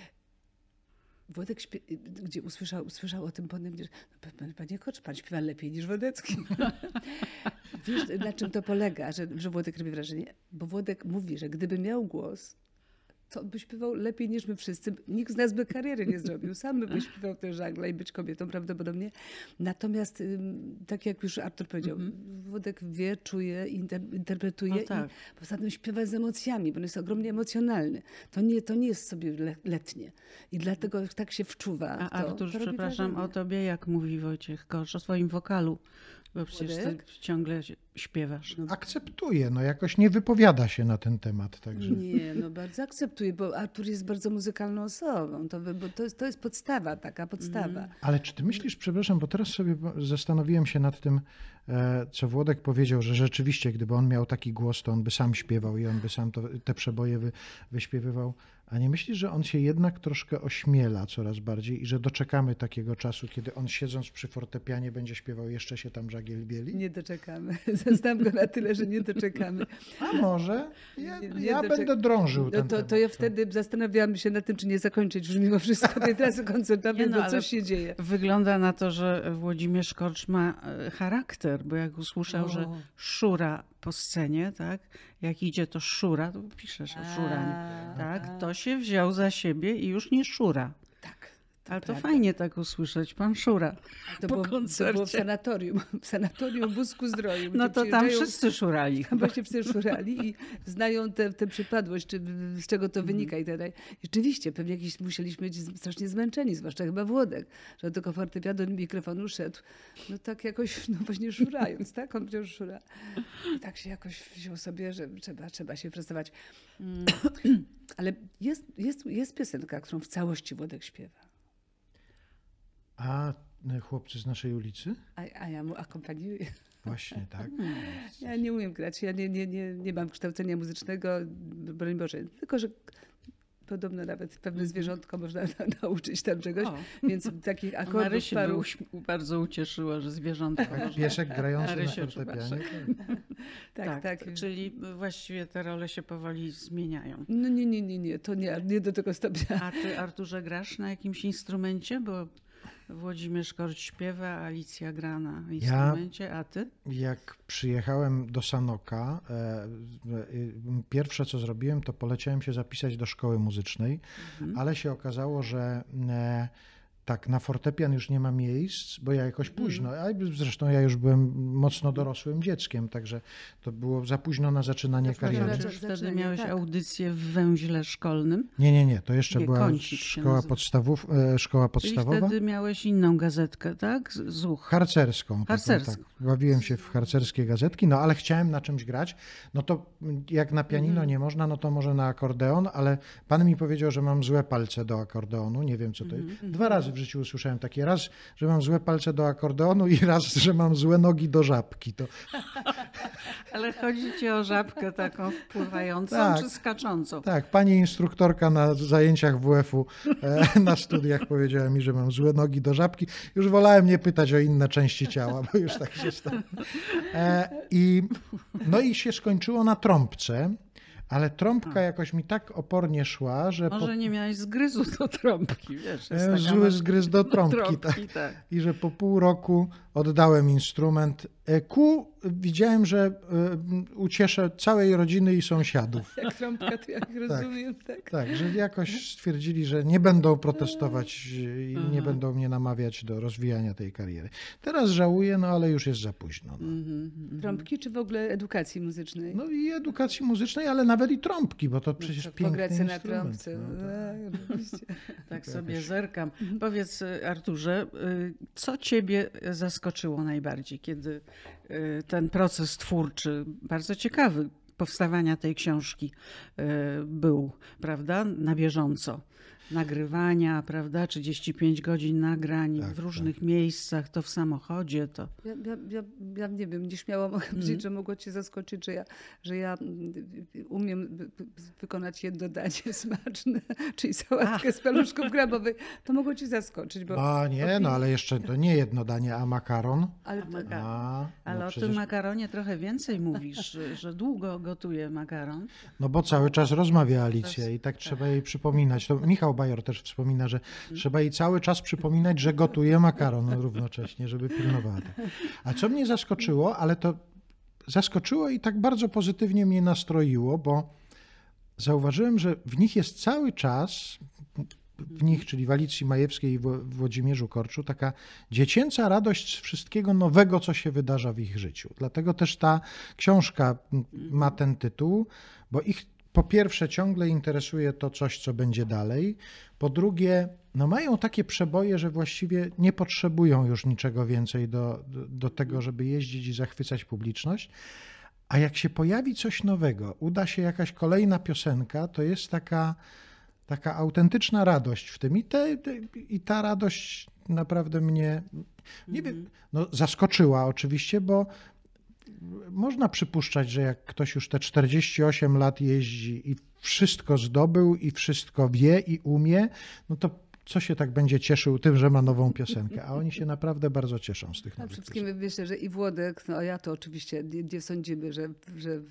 Włodek, śpie- gdzie usłyszał, usłyszał o tym potem, że no, pan- panie Korcz, pan śpiewa lepiej niż Wodecki. Wiesz, na czym to polega, że, że Włodek robi wrażenie? Bo Włodek mówi, że gdyby miał głos, to by śpiewał lepiej niż my wszyscy. Nikt z nas by kariery nie zrobił. Sam by wyśpiewał te żagle i być kobietą prawdopodobnie. Natomiast, ym, tak jak już Artur powiedział, Włodek wie, czuje, inter, interpretuje No tak. i poza tym śpiewa z emocjami, bo on jest ogromnie emocjonalny. To nie, to nie jest sobie le, letnie. I dlatego tak się wczuwa. A w to, Artur, to robi przepraszam, wrażenie. o tobie jak mówi Wojciech Korcz, o swoim wokalu? Bo przecież ty Włodek? ciągle się śpiewasz? Akceptuje, no jakoś nie wypowiada się na ten temat. Także. Nie, no bardzo akceptuję, bo Artur jest bardzo muzykalną osobą. To, wy- bo to, jest, to jest podstawa, taka podstawa. Ale czy ty myślisz, przepraszam, bo teraz sobie zastanowiłem się nad tym, e, co Włodek powiedział, że rzeczywiście, gdyby on miał taki głos, to on by sam śpiewał i on by sam to, te przeboje wy, wyśpiewywał. A nie myślisz, że on się jednak troszkę ośmiela coraz bardziej i że doczekamy takiego czasu, kiedy on siedząc przy fortepianie będzie śpiewał Jeszcze się tam żagiel bieli? Nie doczekamy. Znam go na tyle, że nie doczekamy. A może? Ja, Nie- nie ja doczek- będę drążył No ten to, temat. to ja wtedy zastanawiałam się nad tym, czy nie zakończyć już mimo wszystko tej trasy koncertowej, Nie no, bo ale coś się dzieje. Wygląda na to, że Włodzimierz Korcz ma e, charakter, bo jak usłyszał, że O. szura po scenie, tak, jak idzie to szura, to piszesz o szuraniu, A, tak, a. to się wziął za siebie i już nie szura. Tak. Ale to prawda. fajnie tak usłyszeć, pan szura. To po było, to było w koncercie. sanatorium, w sanatorium Wózku Zdroju. No gdzie to tam przyjeżdżają- wszyscy szurali. Tam właśnie wszyscy szurali i znają tę tę przypadłość, czy, z czego to wynika i tak dalej. I rzeczywiście, pewnie jakiś musieliśmy być z- strasznie zmęczeni, zwłaszcza chyba Włodek, że tylko fortepianu do mikrofonu szedł, no tak jakoś, no właśnie szurając, tak? On wziął szura. I tak się jakoś wziął sobie, że trzeba, trzeba się prezentować. Mm. Ale jest, jest, jest piosenka, którą w całości Włodek śpiewa. A e, chłopcy z naszej ulicy? A, a ja mu akompaniuję. Właśnie tak. Ja nie umiem grać, ja nie, nie, nie, nie mam kształcenia muzycznego, broń Boże, tylko że podobno nawet pewne zwierzątko można na, nauczyć tam czegoś, O. więc takich akordów Marysię by paru... uś- bardzo ucieszyła, że zwierzątko Tak, można- piesek grający na Marysiu, fortepianie. Tak, tak. Czyli właściwie te role się powoli zmieniają. No nie, nie, nie, nie, to nie, nie do tego stopnia. A ty, Arturze, grasz na jakimś instrumencie? Bo Włodzimierz Korcz śpiewa, Alicja gra na instrumencie, a ty? Jak przyjechałem do Sanoka, e, e, pierwsze co zrobiłem, to poleciałem się zapisać do szkoły muzycznej, ale się okazało, że e, tak, na fortepian już nie ma miejsc, bo ja jakoś późno, a zresztą ja już byłem mocno dorosłym dzieckiem, także to było za późno na zaczynanie Zaczynanie. kariery. Przecież wtedy zaczynanie, miałeś tak. audycję w węźle szkolnym. Nie, nie, nie, to jeszcze Nie, była Kącik się szkoła, nazywa. podstawów, e, szkoła Czyli podstawowa. wtedy miałeś inną gazetkę, tak? Z- Zuch. Harcerską. taką, Harcerską. Tak. Bawiłem się w harcerskie gazetki, no ale chciałem na czymś grać. No to jak na pianino Mhm. nie można, no to może na akordeon, ale pan mi powiedział, że mam złe palce do akordeonu. Nie wiem co to Mhm. jest. Dwa razy w życiu usłyszałem takie. Raz, że mam złe palce do akordeonu i raz, że mam złe nogi do żabki. To Ale chodzi ci o żabkę taką wpływającą Tak. czy skaczącą? tak, pani instruktorka na zajęciach W F-u e, na studiach powiedziała mi, że mam złe nogi do żabki. Już wolałem nie pytać o inne części ciała, bo już tak się stało. E, i, no i się skończyło na trąbce, ale trąbka jakoś mi tak opornie szła, że po, Może nie miałeś zgryzu do trąbki, wiesz. jest Miałem taka zły masz- zgryz do trąbki, trąbki, tak. i że po pół roku oddałem instrument. E, Ku widziałem, że e, ucieszę całej rodziny i sąsiadów. Jak trąbka, to jak rozumiem, tak. Tak, że jakoś stwierdzili, że nie będą protestować i nie Aha. będą mnie namawiać do rozwijania tej kariery. Teraz żałuję, no ale już jest za późno. No, Mhm, mhm. Trąbki czy w ogóle edukacji muzycznej? no i edukacji muzycznej, ale nawet i trąbki, bo to przecież Co, piękny pograć sobie na instrument. trąbce. No, tak. Tak, oczywiście. Tak To sobie jakoś- zerkam. Powiedz, y, Arturze, y, co ciebie zaskoczyło najbardziej, kiedy y, ten proces twórczy, bardzo ciekawy, powstawania tej książki y, był, prawda, na bieżąco? Nagrywania, prawda, trzydzieści pięć godzin nagrań Tak, w różnych miejscach, to w samochodzie, to... Ja, ja, ja, ja nie wiem, nieśmiało mogę powiedzieć, że mogło cię zaskoczyć, że ja, że ja mm, umiem wy- wy- wykonać jedno danie smaczne, czyli sałatkę z paluszków grabowych. To mogło cię zaskoczyć, bo... A nie, no ale jeszcze to nie jedno danie, a makaron. Ale, Makaron. A, Ale no o przecież, tym makaronie trochę więcej mówisz, że, że długo gotuje makaron. no bo cały czas rozmawia Alicja i tak trzeba jej przypominać. To Michał Bajor też wspomina, że trzeba jej cały czas przypominać, że gotuje makaron równocześnie, żeby pilnowała. tego. A co mnie zaskoczyło, ale to zaskoczyło i tak bardzo pozytywnie mnie nastroiło, bo zauważyłem, że w nich jest cały czas, w nich, czyli w Alicji Majewskiej i w Włodzimierzu Korczu, taka dziecięca radość z wszystkiego nowego, co się wydarza w ich życiu. Dlatego też ta książka ma ten tytuł, bo ich po pierwsze ciągle interesuje to coś, co będzie dalej. Po drugie, no mają takie przeboje, że właściwie nie potrzebują już niczego więcej do, do, do tego, żeby jeździć i zachwycać publiczność. A jak się pojawi coś nowego, uda się jakaś kolejna piosenka, to jest taka, taka autentyczna radość w tym. I, te, te, i ta radość naprawdę mnie, nie wiem, no zaskoczyła oczywiście, bo można przypuszczać, że jak ktoś już te czterdzieści osiem lat jeździ i wszystko zdobył i wszystko wie i umie, no to co się tak będzie cieszył tym, że ma nową piosenkę? A oni się naprawdę bardzo cieszą z tych A nowych przede wszystkim piosenek. myślę, że i Włodek, no a ja to oczywiście nie, nie sądzimy, że, że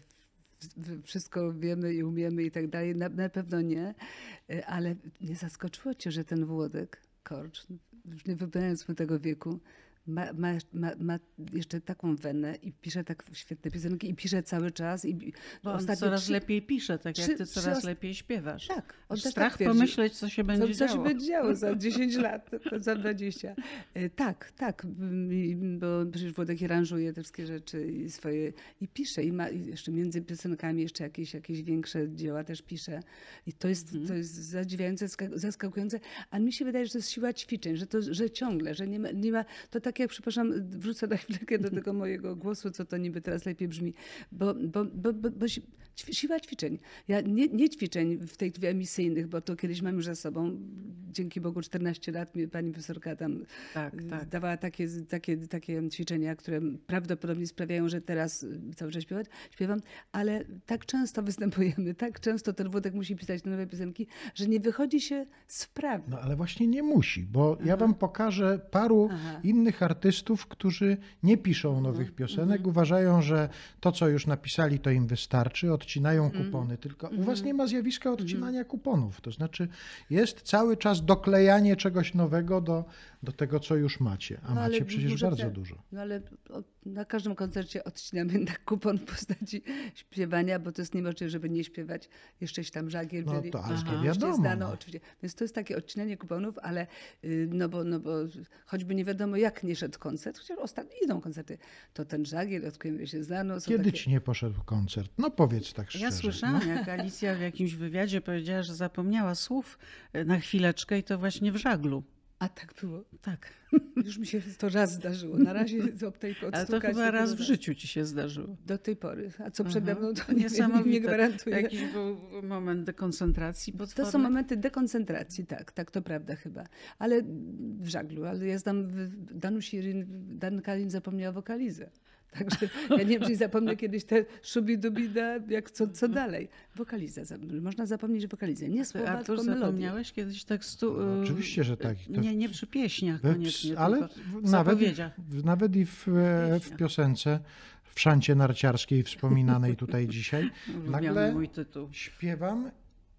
wszystko wiemy i umiemy i tak dalej. Na, na pewno nie, ale nie zaskoczyło cię, że ten Włodek Korcz, już nie wybrając mu tego wieku, Ma, ma, ma, ma jeszcze taką wenę i pisze tak świetne piosenki i pisze cały czas. I Bo on ostatnio coraz trzy- lepiej pisze, tak trzy- jak ty trzy coraz os- lepiej śpiewasz. Tak, on Aż też strach tak twierdzi. pomyśleć, co się będzie co, co działo. się będzie działo za dziesięć lat, za dwadzieścia. E, Tak, tak, i- bo przecież Włodek aranżuje te wszystkie rzeczy i swoje, i pisze, i ma i jeszcze między piosenkami jeszcze jakieś, jakieś większe dzieła też pisze. I to jest, to jest zadziwiające, ska- zaskakujące, a mi się wydaje, że to jest siła ćwiczeń, że, to, że ciągle, że nie ma, nie ma, to tak jak, przepraszam, wrzucę na chwilkę do tego mojego głosu, co to niby teraz lepiej brzmi, bo, bo, bo, bo, bo si- ćwi- siła ćwiczeń. Ja nie, nie ćwiczeń w tej chwili emisyjnych, bo to kiedyś mam już za sobą. Dzięki Bogu czternaście lat mi pani profesorka tam Tak, tak. dawała takie, takie, takie ćwiczenia, które prawdopodobnie sprawiają, że teraz cały czas śpiewać, śpiewam, ale tak często występujemy, tak często ten Włodek musi pisać te nowe piosenki, że nie wychodzi się z wprawy. No ale właśnie nie musi, bo ja wam pokażę paru Aha. innych artystów, którzy nie piszą nowych piosenek, uważają, że to, co już napisali, to im wystarczy, odcinają kupony. Tylko u was nie ma zjawiska odcinania kuponów. To znaczy jest cały czas doklejanie czegoś nowego do, do tego, co już macie. A No, ale macie przecież może bardzo te- dużo. No ale o, na każdym koncercie odcinamy jednak kupon w postaci śpiewania, bo to jest niemożliwe, żeby nie śpiewać. Jeszcze tam żagiel No byli, to- ale to oczywiście wiadomo, znano, no. oczywiście. Więc to jest takie odcinanie kuponów, ale y, no bo, no bo choćby nie wiadomo jak nie szedł koncert, chociaż ostatnio idą koncerty, to ten żagiel, od którego się znano, są Kiedy takie... ci nie poszedł koncert? No powiedz tak szczerze. Ja słyszałam, jak Alicja w jakimś wywiadzie powiedziała, że zapomniała słów na chwileczkę i to właśnie w żaglu. A tak było. Tak. Już mi się to raz zdarzyło. Na razie od tej Ale to odstukać chyba do raz tego w życiu ci się zdarzyło. Do tej pory. A co przede Aha. mną, to nie, nie, nie Niesamowite. gwarantuję. Jakiś był moment dekoncentracji potworny. To są momenty dekoncentracji, tak, tak, to prawda chyba. Ale w żaglu, ale ja znam w- Danusi Ryn, Dan Kalin zapomniała wokalizę. Także ja nie wiem, czy zapomnę kiedyś te szubidubida, jak co, co dalej. Wokaliza, zap- można zapomnieć wokalizę. Nie Ty, słowa, Artur, tylko melodię. zapomniałeś kiedyś tekstu? No, y, oczywiście, że tak. To- Nie, nie przy pieśniach We- koniecznie, ale tylko w- w nawet, zapowiedziach. w, nawet i w, e, w piosence, w szancie narciarskiej wspominanej tutaj dzisiaj, Ulubiony nagle mój tytuł. śpiewam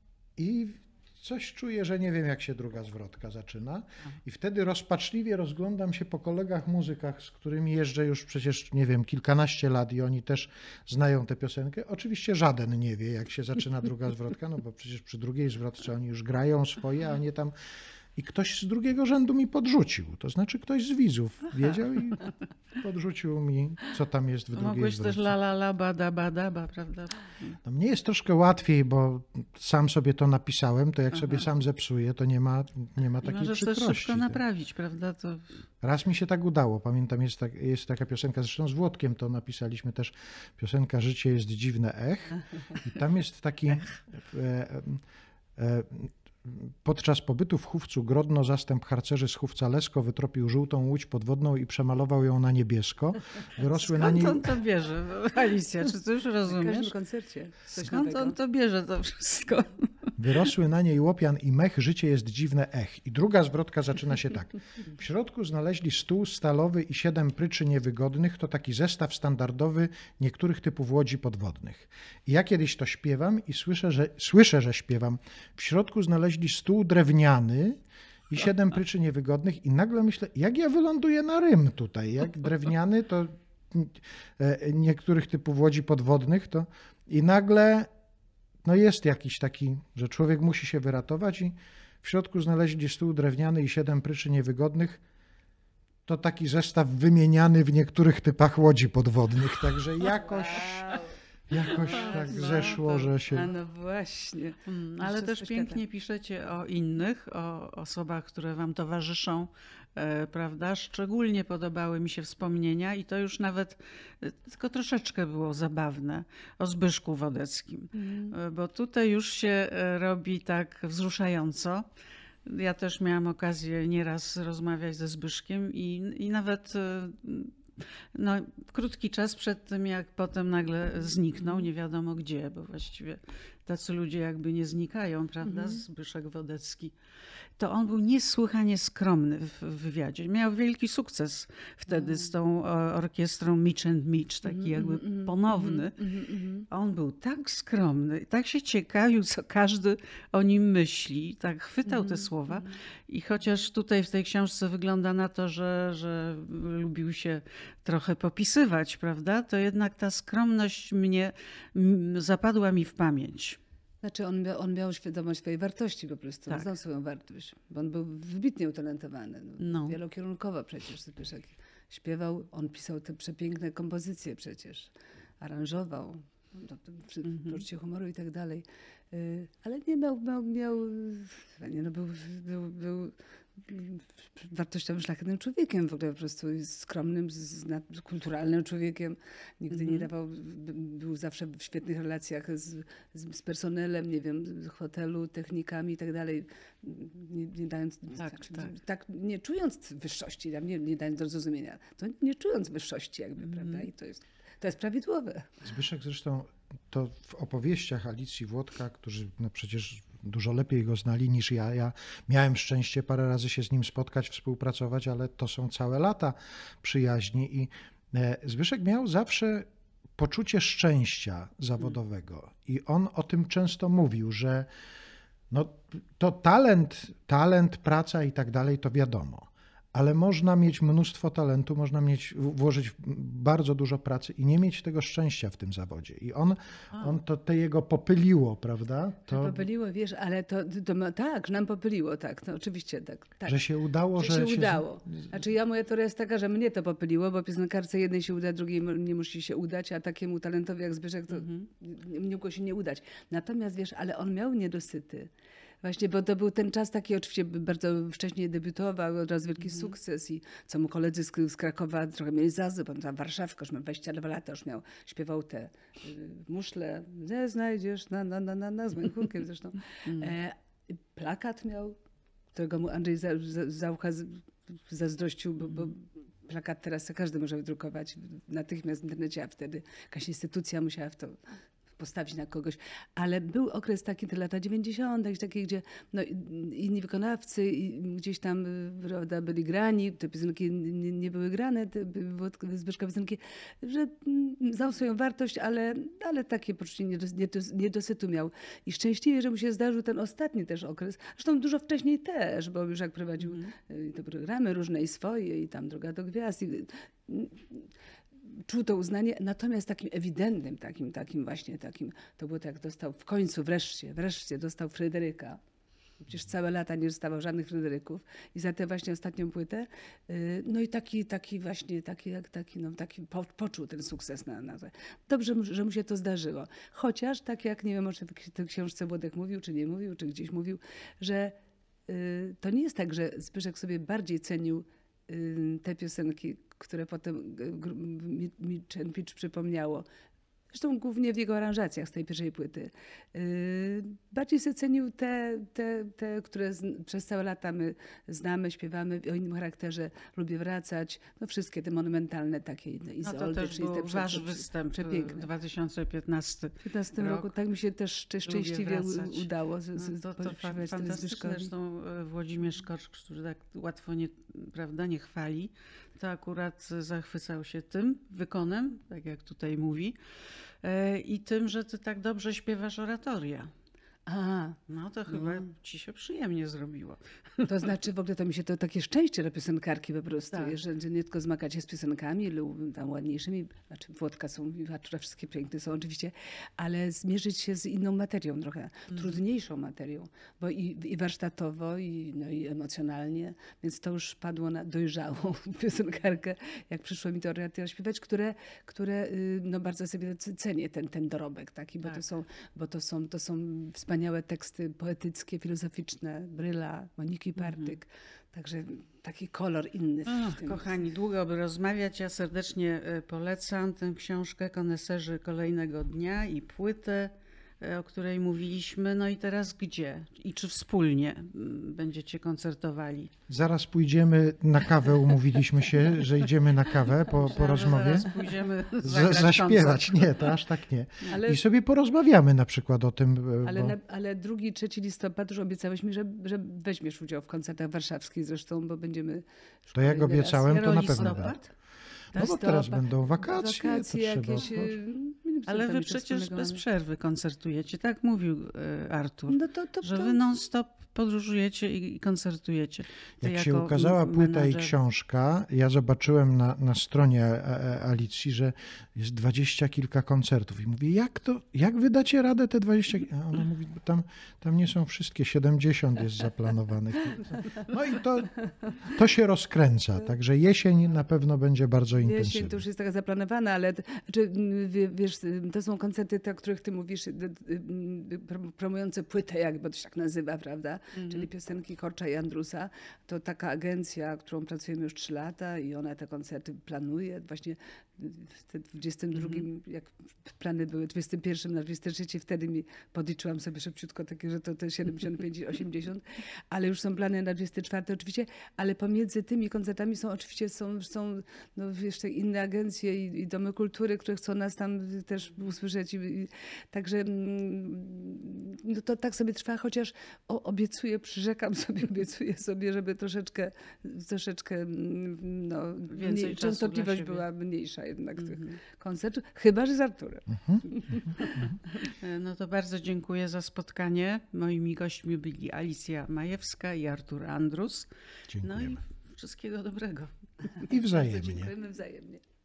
i coś czuję, że nie wiem, jak się druga zwrotka zaczyna. I wtedy rozpaczliwie rozglądam się po kolegach muzykach, z którymi jeżdżę już przecież, nie wiem, kilkanaście lat i oni też znają tę piosenkę. Oczywiście żaden nie wie, jak się zaczyna druga zwrotka, no bo przecież przy drugiej zwrotce oni już grają swoje, a nie tam... I ktoś z drugiego rzędu mi podrzucił, to znaczy ktoś z widzów wiedział i podrzucił mi, co tam jest w To drugiej mogłeś też zwrotce. la la la bada bada, ba, prawda? No mnie jest troszkę łatwiej, bo sam sobie to napisałem, to jak sobie sam zepsuję, to nie ma, nie ma I takiej możesz też przykrości. szybko naprawić, prawda? To Raz mi się tak udało, pamiętam, jest, tak, jest taka piosenka, zresztą z Włodkiem to napisaliśmy też, piosenka Życie jest dziwne, ech. I tam jest taki... E, e, e, Podczas pobytu w Chówcu Grodno zastęp harcerzy z Chówca Lesko wytropił żółtą łódź podwodną i przemalował ją na niebiesko. Wyrosły na skąd niej... on to bierze? Alicja, czy ty już Na każdym rozumiesz? koncercie coś Skąd nowego. on to bierze to wszystko? Wyrosły na niej łopian i mech, życie jest dziwne, ech. I druga zwrotka zaczyna się tak. W środku znaleźli stół stalowy i siedem pryczy niewygodnych, to taki zestaw standardowy niektórych typów łodzi podwodnych. I ja kiedyś to śpiewam i słyszę, że, słyszę, że śpiewam. W środku znaleźli stół drewniany i siedem pryczy niewygodnych i nagle myślę, jak ja wyląduję na rym tutaj, jak drewniany to e, niektórych typów łodzi podwodnych, to i nagle no jest jakiś taki, że człowiek musi się wyratować i w środku znaleźli stół drewniany i siedem pryczy niewygodnych. To taki zestaw wymieniany w niektórych typach łodzi podwodnych. Także jakoś, Jakoś tak no, zeszło, to- że A się... no właśnie. Mm, ale Mistrzostwo też świata. pięknie piszecie o innych, o osobach, które wam towarzyszą, e, prawda? Szczególnie podobały mi się wspomnienia i to już nawet e, tylko troszeczkę było zabawne o Zbyszku Wodeckim, e, bo tutaj już się e, robi tak wzruszająco. Ja też miałam okazję nieraz rozmawiać ze Zbyszkiem i, i nawet e, no, krótki czas przed tym, jak potem nagle zniknął, nie wiadomo gdzie, bo właściwie tacy ludzie jakby nie znikają, prawda? Zbyszek Wodecki. To on był niesłychanie skromny w w wywiadzie. Miał wielki sukces wtedy z tą o, orkiestrą Mitch and Mitch, taki jakby ponowny. A on był tak skromny, tak się ciekawił, co każdy o nim myśli, tak chwytał te słowa. I chociaż tutaj w tej książce wygląda na to, że, że lubił się trochę popisywać, prawda, to jednak ta skromność mnie m, zapadła mi w pamięć. Znaczy on miał, on miał świadomość swojej wartości po prostu, Tak. on znał swoją wartość, bo on był wybitnie utalentowany, no, No. wielokierunkowo przecież Zbyszek śpiewał, on pisał te przepiękne kompozycje przecież, aranżował, no, to, to, przy Mhm. poczucie humoru i tak dalej, Y, ale nie miał, miał, miał nie, no, był, był, był wartościowym, szlachetnym człowiekiem, w ogóle po prostu skromnym, zna- kulturalnym człowiekiem. Nigdy nie dawał, by- był zawsze w świetnych relacjach z, z, z personelem, nie wiem, z hotelu, technikami i tak dalej. Nie, nie dając, Tak, znaczy, tak. tak, nie czując wyższości, nie, nie dając do zrozumienia, to nie czując wyższości jakby, prawda? I to jest, to jest prawidłowe. Zbyszek zresztą to w opowieściach Alicji Włodka, którzy no przecież dużo lepiej go znali niż ja. Ja miałem szczęście parę razy się z nim spotkać, współpracować, ale to są całe lata przyjaźni i e, Zbyszek miał zawsze poczucie szczęścia zawodowego i on o tym często mówił, że no, to talent, talent, praca i tak dalej, to wiadomo. Ale można mieć mnóstwo talentu, można mieć, włożyć bardzo dużo pracy i nie mieć tego szczęścia w tym zawodzie. I on, on to te jego popyliło, prawda? To To, popyliło, wiesz, ale to, to ma, tak, że nam popyliło, tak, no oczywiście tak. tak. że się udało, Że że, się udało. Znaczy ja, moja teoria jest taka, że mnie to popyliło, bo piosenkarce jednej się uda, drugiej mu- nie musi się udać, a takiemu talentowi jak Zbyszek to nie, nie mogło się nie udać. Natomiast wiesz, ale on miał niedosyty. Właśnie, bo to był ten czas taki, oczywiście bardzo wcześnie debiutował, od razu wielki sukces i co mu koledzy z, z Krakowa trochę mieli za złe, pamiętam Warszawka, już miał dwadzieścia dwa lata, już miał, śpiewał te y, muszle, nie znajdziesz na, na, na, na, na z moim chórkiem zresztą. E, plakat miał, którego mu Andrzej za, za, Zaucha z- zazdrościł, bo, bo plakat teraz każdy może wydrukować natychmiast w internecie, a wtedy jakaś instytucja musiała w to postawić na kogoś. Ale był okres taki, te lata dziewięćdziesiąte, takie, gdzie no, inni wykonawcy i gdzieś tam y, prawda, byli grani, te piosenki nie, nie były grane, te Włodka- Zbyszka piosenki, że mm, znał swoją wartość, ale, ale takie poczucie niedos- niedos- niedosytu miał. I szczęśliwie, że mu się zdarzył ten ostatni też okres. Zresztą dużo wcześniej też, bo już jak prowadził y, te programy różne i swoje, i tam Droga do Gwiazd. I, czuł to uznanie, natomiast takim ewidentnym, takim, takim właśnie takim, to było tak, jak dostał w końcu, wreszcie, wreszcie dostał Fryderyka. Przecież całe lata nie dostawał żadnych Fryderyków i za tę właśnie ostatnią płytę, yy, no i taki, taki właśnie, taki, jak taki, no, taki po, poczuł ten sukces na, na Dobrze, mu- że mu się to zdarzyło. Chociaż, tak jak, nie wiem, o czym w tej książce Włodek mówił, czy nie mówił, czy gdzieś mówił, że yy, to nie jest tak, że Zbyszek sobie bardziej cenił yy, te piosenki, które potem y, gr- mi, mi Chen Pitch przypomniało. Zresztą głównie w jego aranżacjach z tej pierwszej płyty. Yy, bardziej sobie cenił te, te, te które z, przez całe lata my znamy, śpiewamy o innym charakterze. Lubię wracać. No wszystkie te monumentalne takie inne. No Izoldy, to też czyli te był prze- wasz prze- występ przepiękne. dwa tysiące piętnasty. W piętnastym rok. roku tak mi się też szczę- szczęśliwie u- wracać. udało z, No z, to, to fa- pośpiewać wtedy fantastyczne. Zbyszkowi. Zresztą e, Włodzimierz Korcz, który tak łatwo nie, prawda, nie chwali, to akurat zachwycał się tym wykonem, tak jak tutaj mówi, e, i tym, że ty tak dobrze śpiewasz oratoria. A, No to chyba ci się przyjemnie zrobiło. to znaczy w ogóle to mi się to takie szczęście dla piosenkarki po prostu, Tak. że, że nie tylko zmagać się z piosenkami lub tam ładniejszymi, znaczy Włodka są i Artura wszystkie piękne są oczywiście, ale zmierzyć się z inną materią trochę, trudniejszą materią, bo i, i warsztatowo, i, no, i emocjonalnie, więc to już padło na dojrzałą piosenkarkę, jak przyszło mi to oratorium śpiewać, które, które y, no bardzo sobie c- cenię ten, ten dorobek taki, bo, Tak. to są, bo to są, to są wspaniałe teksty poetyckie, filozoficzne, Bryla, Moniki Partyk, także taki kolor inny w, Ach, w tym. kochani, długo by rozmawiać. Ja serdecznie e, polecam tę książkę Koneserzy kolejnego dnia i płytę, e, o której mówiliśmy. No i teraz gdzie? I czy wspólnie mm, będziecie koncertowali? Zaraz pójdziemy na kawę, umówiliśmy się, że idziemy na kawę po, po Myślałam, że rozmowie. Zaraz pójdziemy Z, zagrać zaśpiewać. koncert. Nie, to aż tak nie. Ale- I sobie porozmawiamy na przykład o tym. e, Ale, bo... na, ale drugi, trzeci listopad już obiecałeś mi, że, że weźmiesz udział w koncertach warszawskich zresztą, bo będziemy... już To jak kolejny raz. obiecałem, to na Zero pewno listopad? będę. No bo teraz Listopad, będą wakacje, wakacje to trzeba... jakieś... y, nie wiem, co Ale tam wy jeszcze przecież wspólnego bez mamy. przerwy koncertujecie. Tak mówił e, Artur, No to, to, że to, wy non-stop podróżujecie i, i koncertujecie. Ty Jak się jako ukazała m- płyta i menadżer. książka, ja zobaczyłem na, na stronie A- A- Alicji, że jest dwadzieścia kilka koncertów. I mówię, jak to, jak wy dacie radę te dwadzieścia? A ona mówi, bo tam, tam nie są wszystkie, siedemdziesiąt jest zaplanowanych. No i to, to się rozkręca, także jesień na pewno będzie bardzo Jesień to intensywna. już jest taka zaplanowana, ale t- znaczy, m, wie- wiesz, y, to są koncerty, te, o których ty mówisz, y, y, y, prom- promujące płytę, jakby to się tak nazywa, prawda? Czyli piosenki Korcza i Andrusa. To taka agencja, którą pracujemy już trzy lata i ona te koncerty planuje. Właśnie w te dwudziestym drugim, jak plany były dwudziestym pierwszym na dwudziesty trzeci, wtedy mi podliczyłam sobie szybciutko takie, że to te siedemdziesiąt pięć i osiemdziesiąt, ale już są plany na dwudziesty czwarty oczywiście, ale pomiędzy tymi koncertami są oczywiście są, są no, jeszcze inne agencje i, i domy kultury, które chcą nas tam też usłyszeć. I, i, także mm, no to tak sobie trwa, chociaż o, obiecuję, przyrzekam sobie, obiecuję sobie, żeby troszeczkę, troszeczkę mm, no, Więcej mniej, czasu częstotliwość dla siebie. była mniejsza jednak tych koncertów, chyba że z Arturem. E, No to bardzo dziękuję za spotkanie. Moimi gośćmi byli Alicja Majewska i Artur Andrus. No i Dziękujemy. wszystkiego dobrego. I Bardzo wzajemnie. dziękujemy wzajemnie.